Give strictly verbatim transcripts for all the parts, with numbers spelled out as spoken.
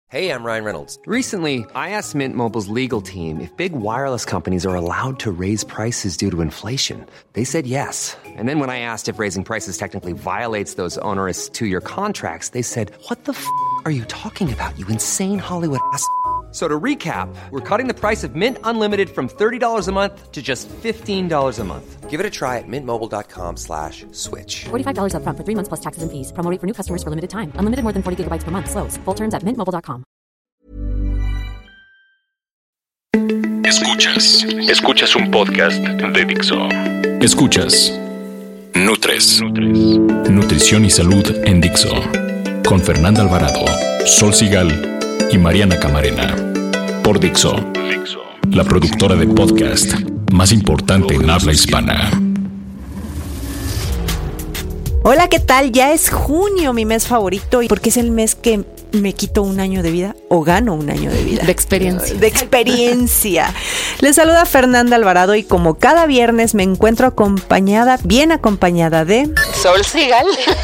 Hey, I'm Ryan Reynolds. Recently, I asked Mint Mobile's legal team if big wireless companies are allowed to raise prices due to inflation. They said yes. And then when I asked if raising prices technically violates those onerous two-year contracts, they said, what the f*** are you talking about, you insane Hollywood ass f- So to recap, we're cutting the price of Mint Unlimited from thirty dollars a month to just fifteen dollars a month. Give it a try at mintmobile.com slash switch. forty-five dollars up front for three months plus taxes and fees. Promo rate for new customers for limited time. Unlimited more than forty gigabytes per month. Slows full terms at mint mobile dot com. Escuchas. Escuchas un podcast de Dixo. Escuchas Nutres. Nutrición y salud en Dixo. Con Fernanda Alvarado, Sol Sigal y Mariana Camarena. Por Dixo, la productora de podcast más importante en habla hispana. Hola, ¿qué tal? Ya es junio, mi mes favorito, porque es el mes que me quito un año de vida o gano un año de vida. De experiencia. De experiencia. Les saluda Fernanda Alvarado y como cada viernes me encuentro acompañada, bien acompañada de... Sol Sigal.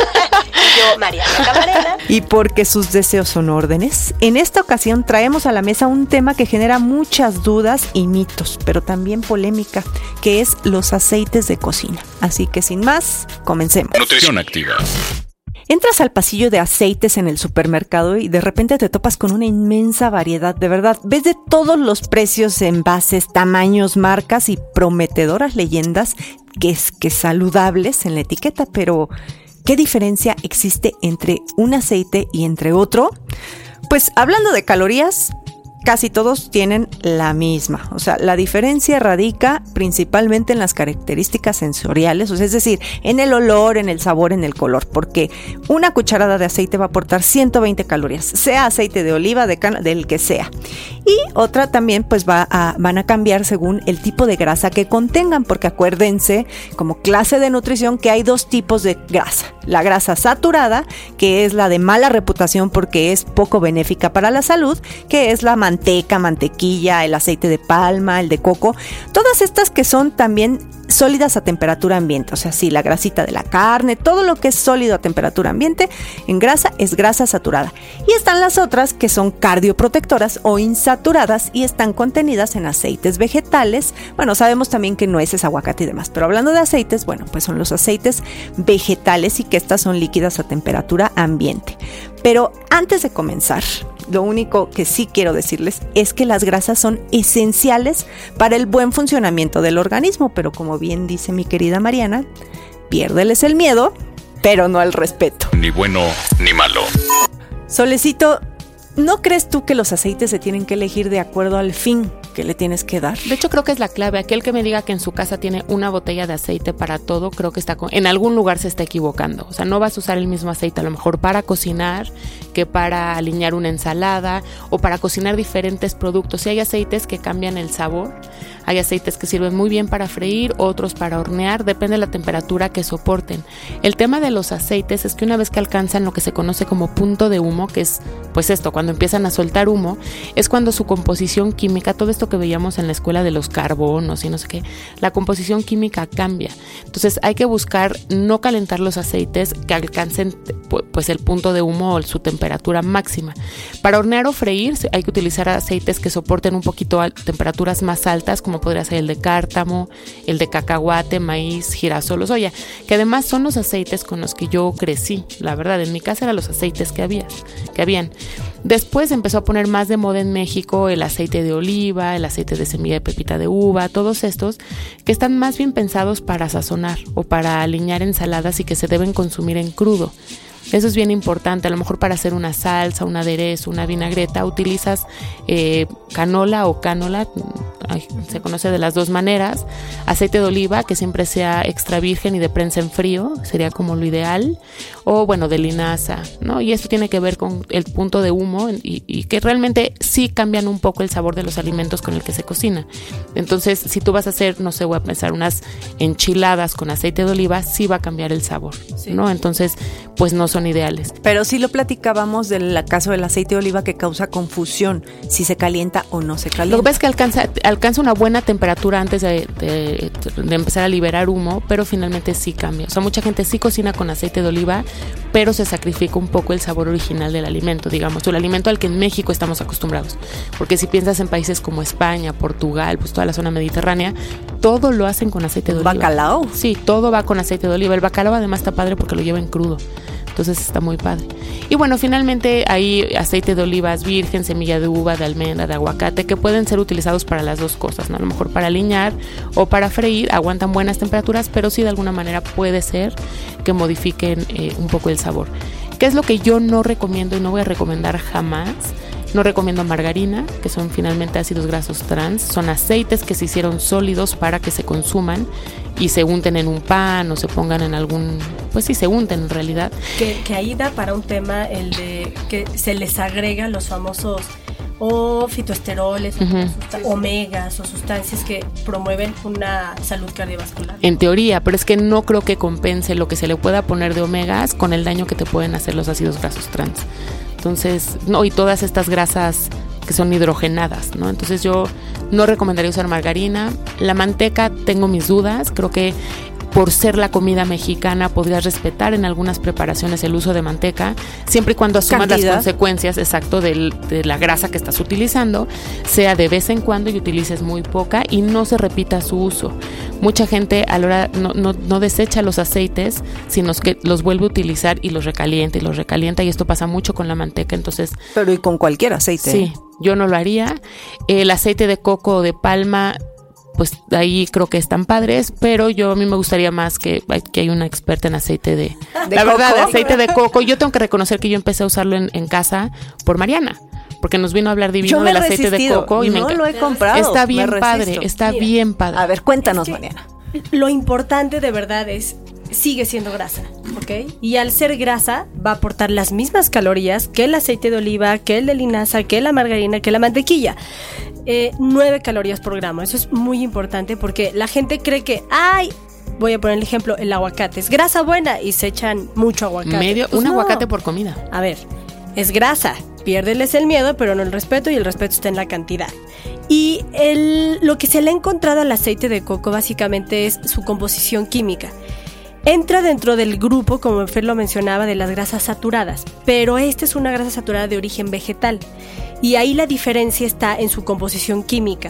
Yo, Mariana Camarena. Y porque sus deseos son órdenes, en esta ocasión traemos a la mesa un tema que genera muchas dudas y mitos, pero también polémica, que es los aceites de cocina. Así que sin más, comencemos. Nutrición activa. Entras al pasillo de aceites en el supermercado y de repente te topas con una inmensa variedad, de verdad. Ves de todos los precios, envases, tamaños, marcas y prometedoras leyendas que es que saludables en la etiqueta, pero ¿qué diferencia existe entre un aceite y entre otro? Pues hablando de calorías, casi todos tienen la misma. O sea, la diferencia radica principalmente en las características sensoriales, o sea, es decir, en el olor, en el sabor, en el color, porque una cucharada de aceite va a aportar ciento veinte calorías, sea aceite de oliva, de cana, del que sea. Y otra también, pues va a, van a cambiar según el tipo de grasa que contengan, porque acuérdense, como clase de nutrición, que hay dos tipos de grasa. La grasa saturada, que es la de mala reputación porque es poco benéfica para la salud, que es la manteca, mantequilla, el aceite de palma, el de coco, todas estas que son también sólidas a temperatura ambiente, o sea, sí, la grasita de la carne, todo lo que es sólido a temperatura ambiente en grasa es grasa saturada. Y están las otras que son cardioprotectoras o insaturadas y están contenidas en aceites vegetales. Bueno, sabemos también que nueces, aguacate y demás, pero hablando de aceites, bueno, pues son los aceites vegetales y que estas son líquidas a temperatura ambiente. Pero antes de comenzar, lo único que sí quiero decirles es que las grasas son esenciales para el buen funcionamiento del organismo, pero como bien dice mi querida Mariana, piérdeles el miedo, pero no el respeto. Ni bueno ni malo. Solecito, ¿no crees tú que los aceites se tienen que elegir de acuerdo al fin que le tienes que dar? De hecho, creo que es la clave. Aquel que me diga que en su casa tiene una botella de aceite para todo, creo que está con, en algún lugar se está equivocando. O sea, no vas a usar el mismo aceite a lo mejor para cocinar que para aliñar una ensalada o para cocinar diferentes productos. Si hay aceites que cambian el sabor, hay aceites que sirven muy bien para freír, otros para hornear, depende de la temperatura que soporten. El tema de los aceites es que una vez que alcanzan lo que se conoce como punto de humo, que es pues esto, cuando empiezan a soltar humo, es cuando su composición química, todo esto que veíamos en la escuela de los carbonos y no sé qué, la composición química cambia. Entonces hay que buscar no calentar los aceites que alcancen pues el punto de humo o su temperatura máxima. Para hornear o freír hay que utilizar aceites que soporten un poquito a temperaturas más altas, como podría ser el de cártamo, el de cacahuate, maíz, girasol o soya, que además son los aceites con los que yo crecí. La verdad, en mi casa eran los aceites que había, que habían. Después empezó a poner más de moda en México el aceite de oliva, el aceite de semilla de pepita de uva, todos estos que están más bien pensados para sazonar o para aliñar ensaladas y que se deben consumir en crudo. Eso es bien importante. A lo mejor para hacer una salsa, un aderezo, una vinagreta, utilizas eh, canola o cánola, ay, se conoce de las dos maneras, aceite de oliva que siempre sea extra virgen y de prensa en frío, sería como lo ideal, o bueno, de linaza, ¿no? Y esto tiene que ver con el punto de humo y, y que realmente sí cambian un poco el sabor de los alimentos con el que se cocina. Entonces, si tú vas a hacer, no sé, voy a pensar unas enchiladas con aceite de oliva, sí va a cambiar el sabor, sí, ¿no? Entonces, pues no son ideales. Pero sí lo platicábamos del caso del aceite de oliva que causa confusión, si se calienta o no se calienta. Lo que pasa es que alcanza, alcanza una buena temperatura antes de, de, de empezar a liberar humo, pero finalmente sí cambia. O sea, mucha gente sí cocina con aceite de oliva, pero se sacrifica un poco el sabor original del alimento, digamos, o el alimento al que en México estamos acostumbrados. Porque si piensas en países como España, Portugal, pues toda la zona mediterránea, todo lo hacen con aceite de oliva. ¿Bacalao? Sí, todo va con aceite de oliva. El bacalao además está padre porque lo llevan crudo. Entonces está muy padre. Y bueno, finalmente hay aceite de olivas virgen, semilla de uva, de almendra, de aguacate, que pueden ser utilizados para las dos cosas, ¿no? A lo mejor para aliñar o para freír, aguantan buenas temperaturas, pero sí de alguna manera puede ser que modifiquen eh, un poco el sabor. ¿Qué es lo que yo no recomiendo y no voy a recomendar jamás? No recomiendo margarina, que son finalmente ácidos grasos trans. Son aceites que se hicieron sólidos para que se consuman y se unten en un pan o se pongan en algún... Pues sí, se unten en realidad. Que, que ahí da para un tema el de que se les agrega los famosos o fitoesteroles, Uh-huh. sustan- omegas o sustancias que promueven una salud cardiovascular. En teoría, pero es que no creo que compense lo que se le pueda poner de omegas con el daño que te pueden hacer los ácidos grasos trans. Entonces, no, y todas estas grasas que son hidrogenadas, ¿no? Entonces yo no recomendaría usar margarina. La manteca, tengo mis dudas, creo que por ser la comida mexicana podrías respetar en algunas preparaciones el uso de manteca, siempre y cuando asumas Cantidad. las consecuencias, exacto, del, de la grasa que estás utilizando, sea de vez en cuando y utilices muy poca y no se repita su uso. Mucha gente a la hora no, no, no desecha los aceites, sino que los vuelve a utilizar y los recalienta y los recalienta, y esto pasa mucho con la manteca. Entonces, Pero y con cualquier aceite. sí, yo no lo haría. El aceite de coco o de palma, pues ahí creo que están padres, pero yo a mí me gustaría más que, que hay una experta en aceite de, ¿De la coco? verdad, de aceite de coco. Yo tengo que reconocer que yo empecé a usarlo en, en casa por Mariana, porque nos vino a hablar divino Yo me del he aceite de resistido, coco y me no encanta. lo he comprado. Está bien me padre, resisto. está Mira, bien padre. A ver, cuéntanos, Es que Mariana. Lo importante de verdad es, sigue siendo grasa, ¿ok? Y al ser grasa va a aportar las mismas calorías que el aceite de oliva, que el de linaza, que la margarina, que la mantequilla. Eh, nueve calorías por gramo, eso es muy importante porque la gente cree que, ay, voy a poner el ejemplo, el aguacate es grasa buena y se echan mucho aguacate. Medio, Pues un no. aguacate por comida. A ver, es grasa, piérdeles el miedo, pero no el respeto, y el respeto está en la cantidad. Y el, lo que se le ha encontrado al aceite de coco básicamente es su composición química. Entra dentro del grupo, como Fer lo mencionaba, de las grasas saturadas, pero esta es una grasa saturada de origen vegetal, y ahí la diferencia está en su composición química.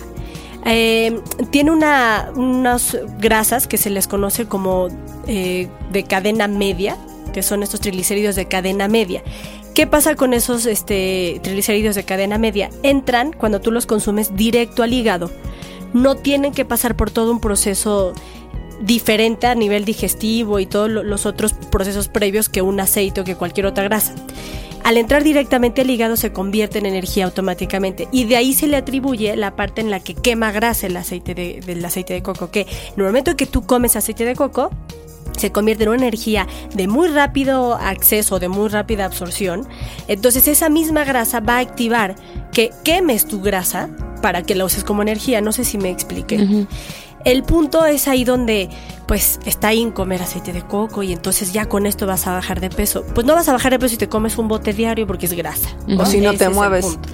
Eh, tiene una, unas grasas que se les conoce como eh, de cadena media, que son estos triglicéridos de cadena media. ¿Qué pasa con esos este, triglicéridos de cadena media? Entran cuando tú los consumes directo al hígado. No tienen que pasar por todo un proceso diferente a nivel digestivo y todos los otros procesos previos que un aceite o que cualquier otra grasa. Al entrar directamente al hígado se convierte en energía automáticamente, y de ahí se le atribuye la parte en la que quema grasa el aceite de, del aceite de coco, que en el momento que tú comes aceite de coco se convierte en una energía de muy rápido acceso, de muy rápida absorción. Entonces esa misma grasa va a activar que quemes tu grasa para que la uses como energía. No sé si me expliqué. Uh-huh. El punto es ahí donde pues está ahí en comer aceite de coco y entonces ya con esto vas a bajar de peso. Pues no vas a bajar de peso si te comes un bote diario porque es grasa, ¿no? O si no Ese te es el mueves. punto.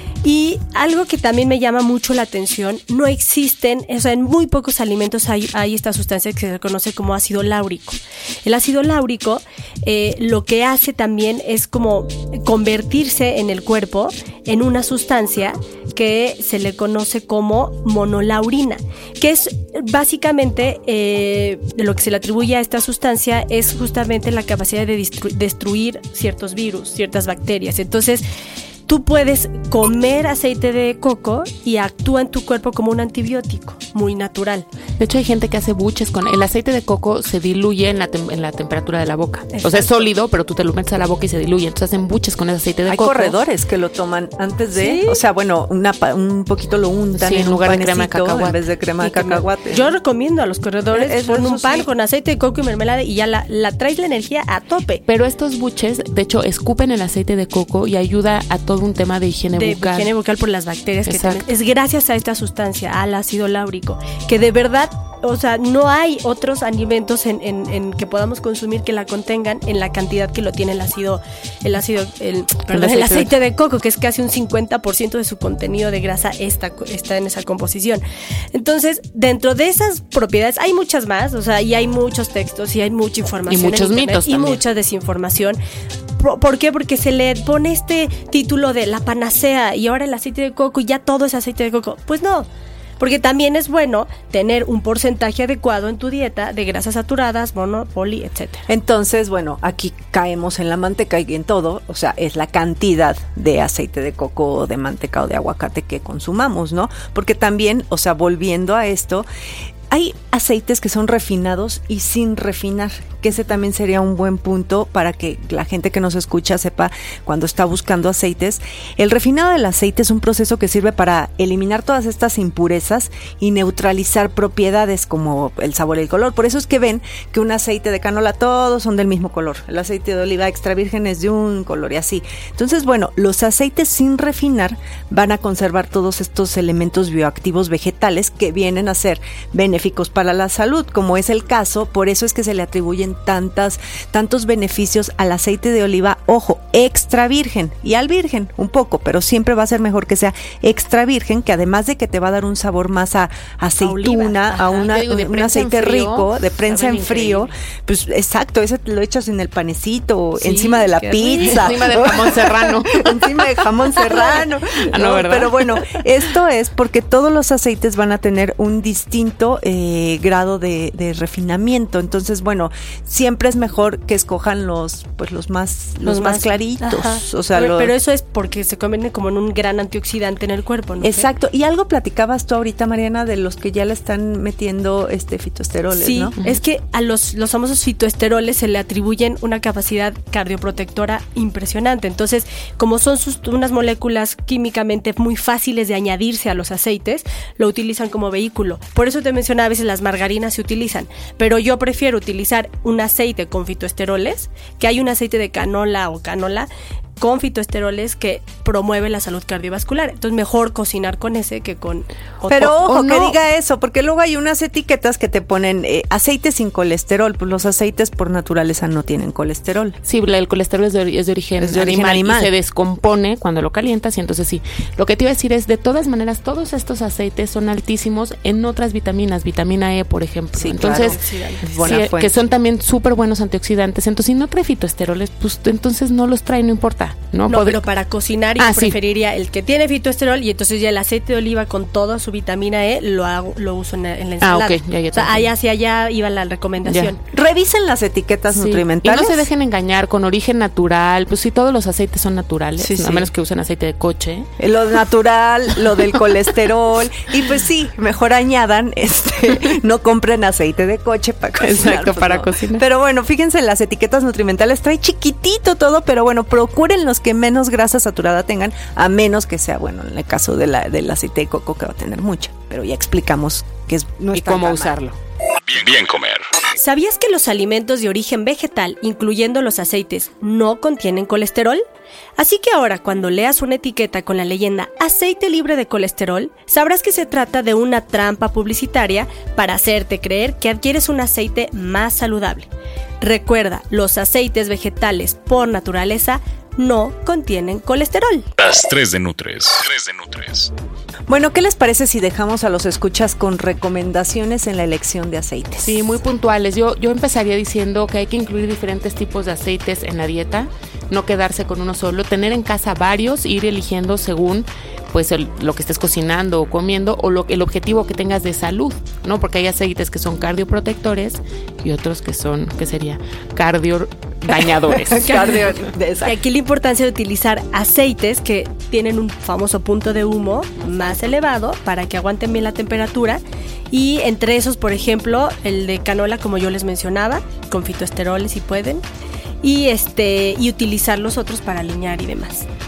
Y algo que también me llama mucho la atención, no existen, o sea, en muy pocos alimentos hay, hay esta sustancia que se conoce como ácido láurico. El ácido láurico eh, lo que hace también es como convertirse en el cuerpo en una sustancia que se le conoce como monolaurina, que es básicamente eh, lo que se le atribuye a esta sustancia es justamente la capacidad de destru- destruir ciertos virus, ciertas bacterias. Entonces, tú puedes comer aceite de coco y actúa en tu cuerpo como un antibiótico, muy natural. De hecho, hay gente que hace buches con el aceite de coco, se diluye en la, tem- en la temperatura de la boca. Exacto. O sea, es sólido, pero tú te lo metes a la boca y se diluye. Entonces hacen buches con ese aceite de Hay coco. corredores que lo toman antes de, Sí. o sea, bueno, una pa- un poquito lo untan Sí, en en lugar un de crema de panecito cacahuate. en vez de crema de Y que me- cacahuate. Yo recomiendo a los corredores Eso- ponen eso un pan sí. con aceite de coco y mermelada y ya la, la traes la energía a tope. Pero estos buches, de hecho, escupen el aceite de coco y ayuda a todo un tema de higiene De bucal. higiene bucal por las bacterias que Exacto. también es gracias a esta sustancia, al ácido láurico, que de verdad o sea, no hay otros alimentos en, en, en que podamos consumir que la contengan en la cantidad que lo tiene el ácido, el ácido, el, perdón, el, el aceite de coco, que es casi un cincuenta por ciento de su contenido de grasa está, está en esa composición. Entonces, dentro de esas propiedades hay muchas más, o sea, y hay muchos textos y hay mucha información. Y muchos mitos y también. mucha desinformación. ¿Por qué? Porque se le pone este título de la panacea y ahora el aceite de coco y ya todo es aceite de coco. Pues no, porque también es bueno tener un porcentaje adecuado en tu dieta de grasas saturadas, mono, poli, etcétera. Entonces, bueno, aquí caemos en la manteca y en todo, o sea, es la cantidad de aceite de coco o de manteca o de aguacate que consumamos, ¿no? Porque también, o sea, volviendo a esto, hay aceites que son refinados y sin refinar, que ese también sería un buen punto para que la gente que nos escucha sepa cuando está buscando aceites. El refinado del aceite es un proceso que sirve para eliminar todas estas impurezas y neutralizar propiedades como el sabor y el color. Por eso es que ven que un aceite de canola todos son del mismo color. El aceite de oliva extra virgen es de un color y así. Entonces, bueno, los aceites sin refinar van a conservar todos estos elementos bioactivos vegetales que vienen a ser beneficiosos para la salud, como es el caso, por eso es que se le atribuyen tantas, tantos beneficios al aceite de oliva, ojo, extra virgen y al virgen un poco, pero siempre va a ser mejor que sea extra virgen, que además de que te va a dar un sabor más a aceituna, a, a una, digo, un aceite frío, rico, de prensa en frío, increíble. Pues exacto, ese te lo echas en el panecito, sí, encima de la pizza, encima del jamón serrano, encima del jamón serrano, ah, no, no, pero bueno, esto es porque todos los aceites van a tener un distinto Eh, grado de, de refinamiento. Entonces, bueno, siempre es mejor que escojan los, pues los más, los, los más, más claritos. Ajá. O sea, pero, los, pero eso es porque se convierte como en un gran antioxidante en el cuerpo, ¿no? Exacto. Y algo platicabas tú ahorita, Mariana, de los que ya le están metiendo este fitoesteroles, sí, ¿no? Sí, es que a los, los famosos fitoesteroles se le atribuyen una capacidad cardioprotectora impresionante. Entonces, como son sus, unas moléculas químicamente muy fáciles de añadirse a los aceites, lo utilizan como vehículo. Por eso te mencionaba, a veces las margarinas se utilizan, pero yo prefiero utilizar un aceite con fitoesteroles, que hay un aceite de canola o canola con fitoesteroles que promueve la salud cardiovascular. Entonces, mejor cocinar con ese que con otro. Pero ojo, o que no. diga eso, porque luego hay unas etiquetas que te ponen eh, aceite sin colesterol. Pues los aceites por naturaleza no tienen colesterol. Sí, el colesterol es de, es de origen, es de origen animal, animal y se descompone cuando lo calientas, y entonces sí. Lo que te iba a decir es, de todas maneras, todos estos aceites son altísimos en otras vitaminas, vitamina E, por ejemplo. Sí, entonces, claro. sí, que son también súper buenos antioxidantes. Entonces, si no trae fitoesteroles, pues entonces no los trae, no importa. No, no pero para cocinar yo ah, preferiría sí. el que tiene fitoesterol, y entonces ya el aceite de oliva con toda su vitamina E lo hago, lo uso en la, en la ensalada. Ah, ok, ya, ya. O sea, allá hacia allá iba la recomendación. Ya. Revisen las etiquetas sí. nutrimentales. Y no se dejen engañar con origen natural, pues sí, todos los aceites son naturales, sí, a sí. menos que usen aceite de coche. Lo natural, lo del colesterol, y pues sí, mejor añadan, este, no compren aceite de coche para cocinar. Exacto, pues para no. cocinar. Pero bueno, fíjense en las etiquetas nutrimentales, trae chiquitito todo, pero bueno, procuren los que menos grasa saturada tengan, a menos que sea, bueno, en el caso de la, del aceite de coco, que va a tener mucha, pero ya explicamos que es, no y está cómo tan usarlo. Bien, bien comer. ¿Sabías que los alimentos de origen vegetal, incluyendo los aceites, no contienen colesterol? Así que ahora, cuando leas una etiqueta con la leyenda aceite libre de colesterol, sabrás que se trata de una trampa publicitaria para hacerte creer que adquieres un aceite más saludable. Recuerda, los aceites vegetales por naturaleza no contienen colesterol. Las tres de Nutres. Tres de Nutres. Bueno, ¿qué les parece si dejamos a los escuchas con recomendaciones en la elección de aceites? Sí, muy puntuales. Yo, yo empezaría diciendo que hay que incluir diferentes tipos de aceites en la dieta, no quedarse con uno solo, tener en casa varios, ir eligiendo según pues el, lo que estés cocinando o comiendo, o lo, el objetivo que tengas de salud, ¿no? Porque hay aceites que son cardioprotectores y otros que son, ¿qué sería? Cardio dañadores. Cardio, y aquí la importancia de utilizar aceites que tienen un famoso punto de humo más elevado para que aguanten bien la temperatura, y entre esos, por ejemplo, el de canola, como yo les mencionaba, con fitoesteroles si pueden, y este y utilizar los otros para aliñar y demás.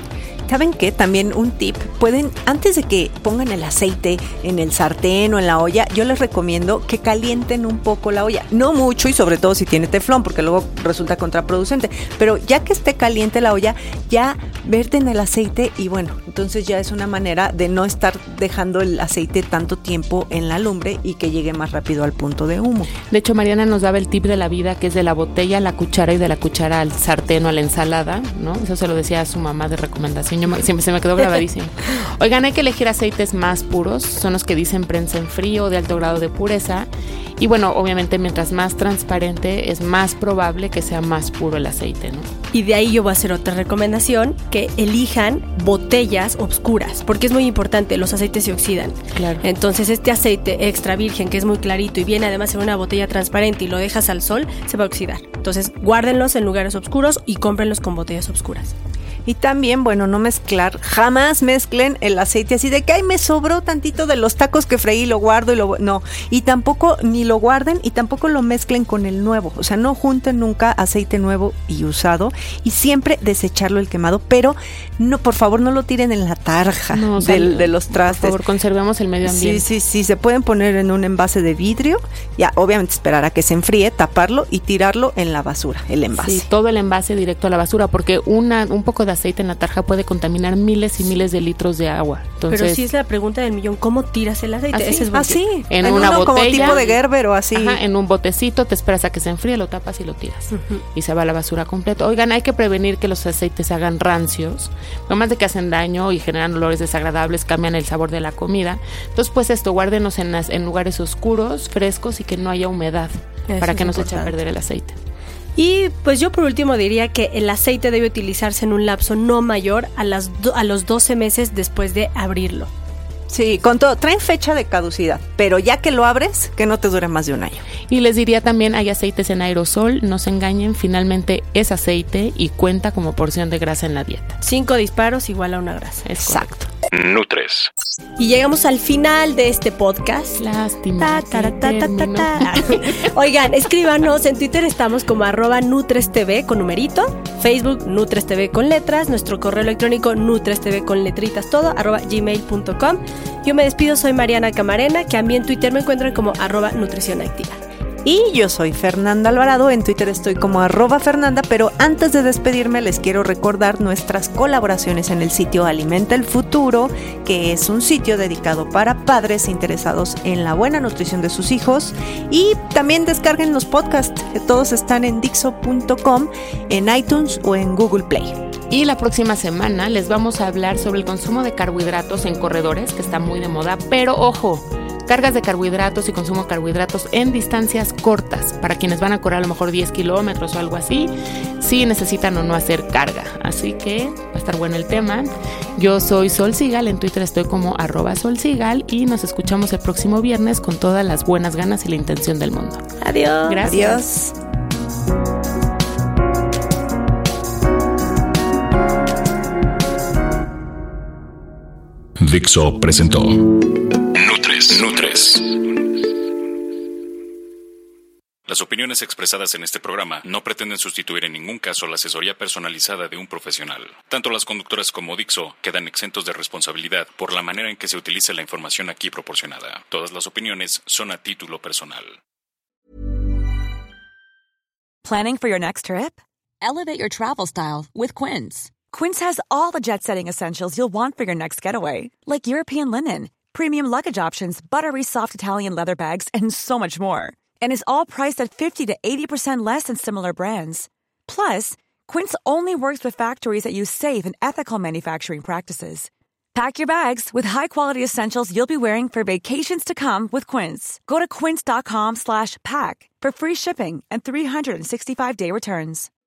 ¿saben qué? También un tip, pueden, antes de que pongan el aceite en el sartén o en la olla, yo les recomiendo que calienten un poco la olla. No mucho y sobre todo si tiene teflón, porque luego resulta contraproducente. Pero ya que esté caliente la olla, ya verten el aceite y bueno, entonces ya es una manera de no estar dejando el aceite tanto tiempo en la lumbre y que llegue más rápido al punto de humo. De hecho, Mariana nos daba el tip de la vida, que es de la botella a la cuchara y de la cuchara al sartén o a la ensalada, ¿no? Eso se lo decía a su mamá de recomendación. Yo me, siempre se me quedó grabadísimo. Oigan, hay que elegir aceites más puros, son los que dicen prensa en frío o de alto grado de pureza. Y bueno, obviamente mientras más transparente es más probable que sea más puro el aceite, ¿no? Y de ahí yo voy a hacer otra recomendación, que elijan botellas oscuras, porque es muy importante, los aceites se oxidan. Claro. Entonces este aceite extra virgen, que es muy clarito y viene además en una botella transparente y lo dejas al sol, se va a oxidar. Entonces guárdenlos en lugares oscuros y cómprenlos con botellas oscuras. Y también, bueno, no mezclar, jamás mezclen el aceite así de que, ay, me sobró tantito de los tacos que freí, lo guardo y lo... No, y tampoco, ni lo guarden y tampoco lo mezclen con el nuevo. O sea, no junten nunca aceite nuevo y usado y siempre desecharlo el quemado, pero no, por favor, no lo tiren en la tarja no, o sea, del, de los trastes. Por favor, conservemos el medio ambiente. Sí, sí, sí, se pueden poner en un envase de vidrio, ya obviamente esperar a que se enfríe, taparlo y tirarlo en la basura, el envase. Sí, todo el envase directo a la basura, porque una, un poco de aceite en la tarja puede contaminar miles y miles de litros de agua. Entonces, pero sí es la pregunta del millón, ¿cómo tiras el aceite? Así, Ese es buen así, tip. en, en una uno botella, como tipo de Gerber o así. Ajá, en un botecito, te esperas a que se enfríe, lo tapas y lo tiras. Uh-huh. Y se va a la basura completo. Oigan, hay que prevenir que los aceites se hagan rancios, además de que hacen daño y generan olores desagradables, cambian el sabor de la comida. Entonces, pues esto, guárdenos en, las, en lugares oscuros, frescos y que no haya humedad. Eso para que no se eche a perder el aceite. Y pues yo por último diría que el aceite debe utilizarse en un lapso no mayor a, las do- a los doce meses después de abrirlo. Sí, con todo, traen fecha de caducidad, pero ya que lo abres, que no te dure más de un año. Y les diría también, hay aceites en aerosol, no se engañen, finalmente es aceite y cuenta como porción de grasa en la dieta. Cinco disparos igual a una grasa. Es Exacto. Nutres. Y llegamos al final de este podcast. Lástima. Ta, ta, ta, ta, ta, ta. Oigan, escríbanos, en Twitter estamos como arroba NutresTV con numerito, Facebook NutresTV con letras, nuestro correo electrónico NutresTV con letritas todo, arroba gmail punto com. Yo me despido, soy Mariana Camarena, que a mí en Twitter me encuentran como arroba Nutrición Activa. Y yo soy Fernanda Alvarado, en Twitter estoy como arroba Fernanda, pero antes de despedirme les quiero recordar nuestras colaboraciones en el sitio Alimenta el Futuro, que es un sitio dedicado para padres interesados en la buena nutrición de sus hijos, y también descarguen los podcasts, que todos están en Dixo punto com, en iTunes o en Google Play. Y la próxima semana les vamos a hablar sobre el consumo de carbohidratos en corredores, que está muy de moda, pero ojo, cargas de carbohidratos y consumo de carbohidratos en distancias cortas, para quienes van a correr a lo mejor diez kilómetros o algo así, sí necesitan o no hacer carga. Así que va a estar bueno el tema. Yo soy Sol Sigal, en Twitter estoy como arroba Sol Sigal y nos escuchamos el próximo viernes con todas las buenas ganas y la intención del mundo. Adiós. Gracias. Adiós. Dixo presentó Nutres. Nutres. Las opiniones expresadas en este programa no pretenden sustituir en ningún caso la asesoría personalizada de un profesional. Tanto las conductoras como Dixo quedan exentos de responsabilidad por la manera en que se utiliza la información aquí proporcionada. Todas las opiniones son a título personal. Planning for your next trip? Elevate your travel style with Quince. Quince has all the jet-setting essentials you'll want for your next getaway, like European linen, premium luggage options, buttery soft Italian leather bags, and so much more. And is all priced at fifty to eighty percent less than similar brands. Plus, Quince only works with factories that use safe and ethical manufacturing practices. Pack your bags with high-quality essentials you'll be wearing for vacations to come with Quince. Go to quince.com slash pack for free shipping and three sixty-five day returns.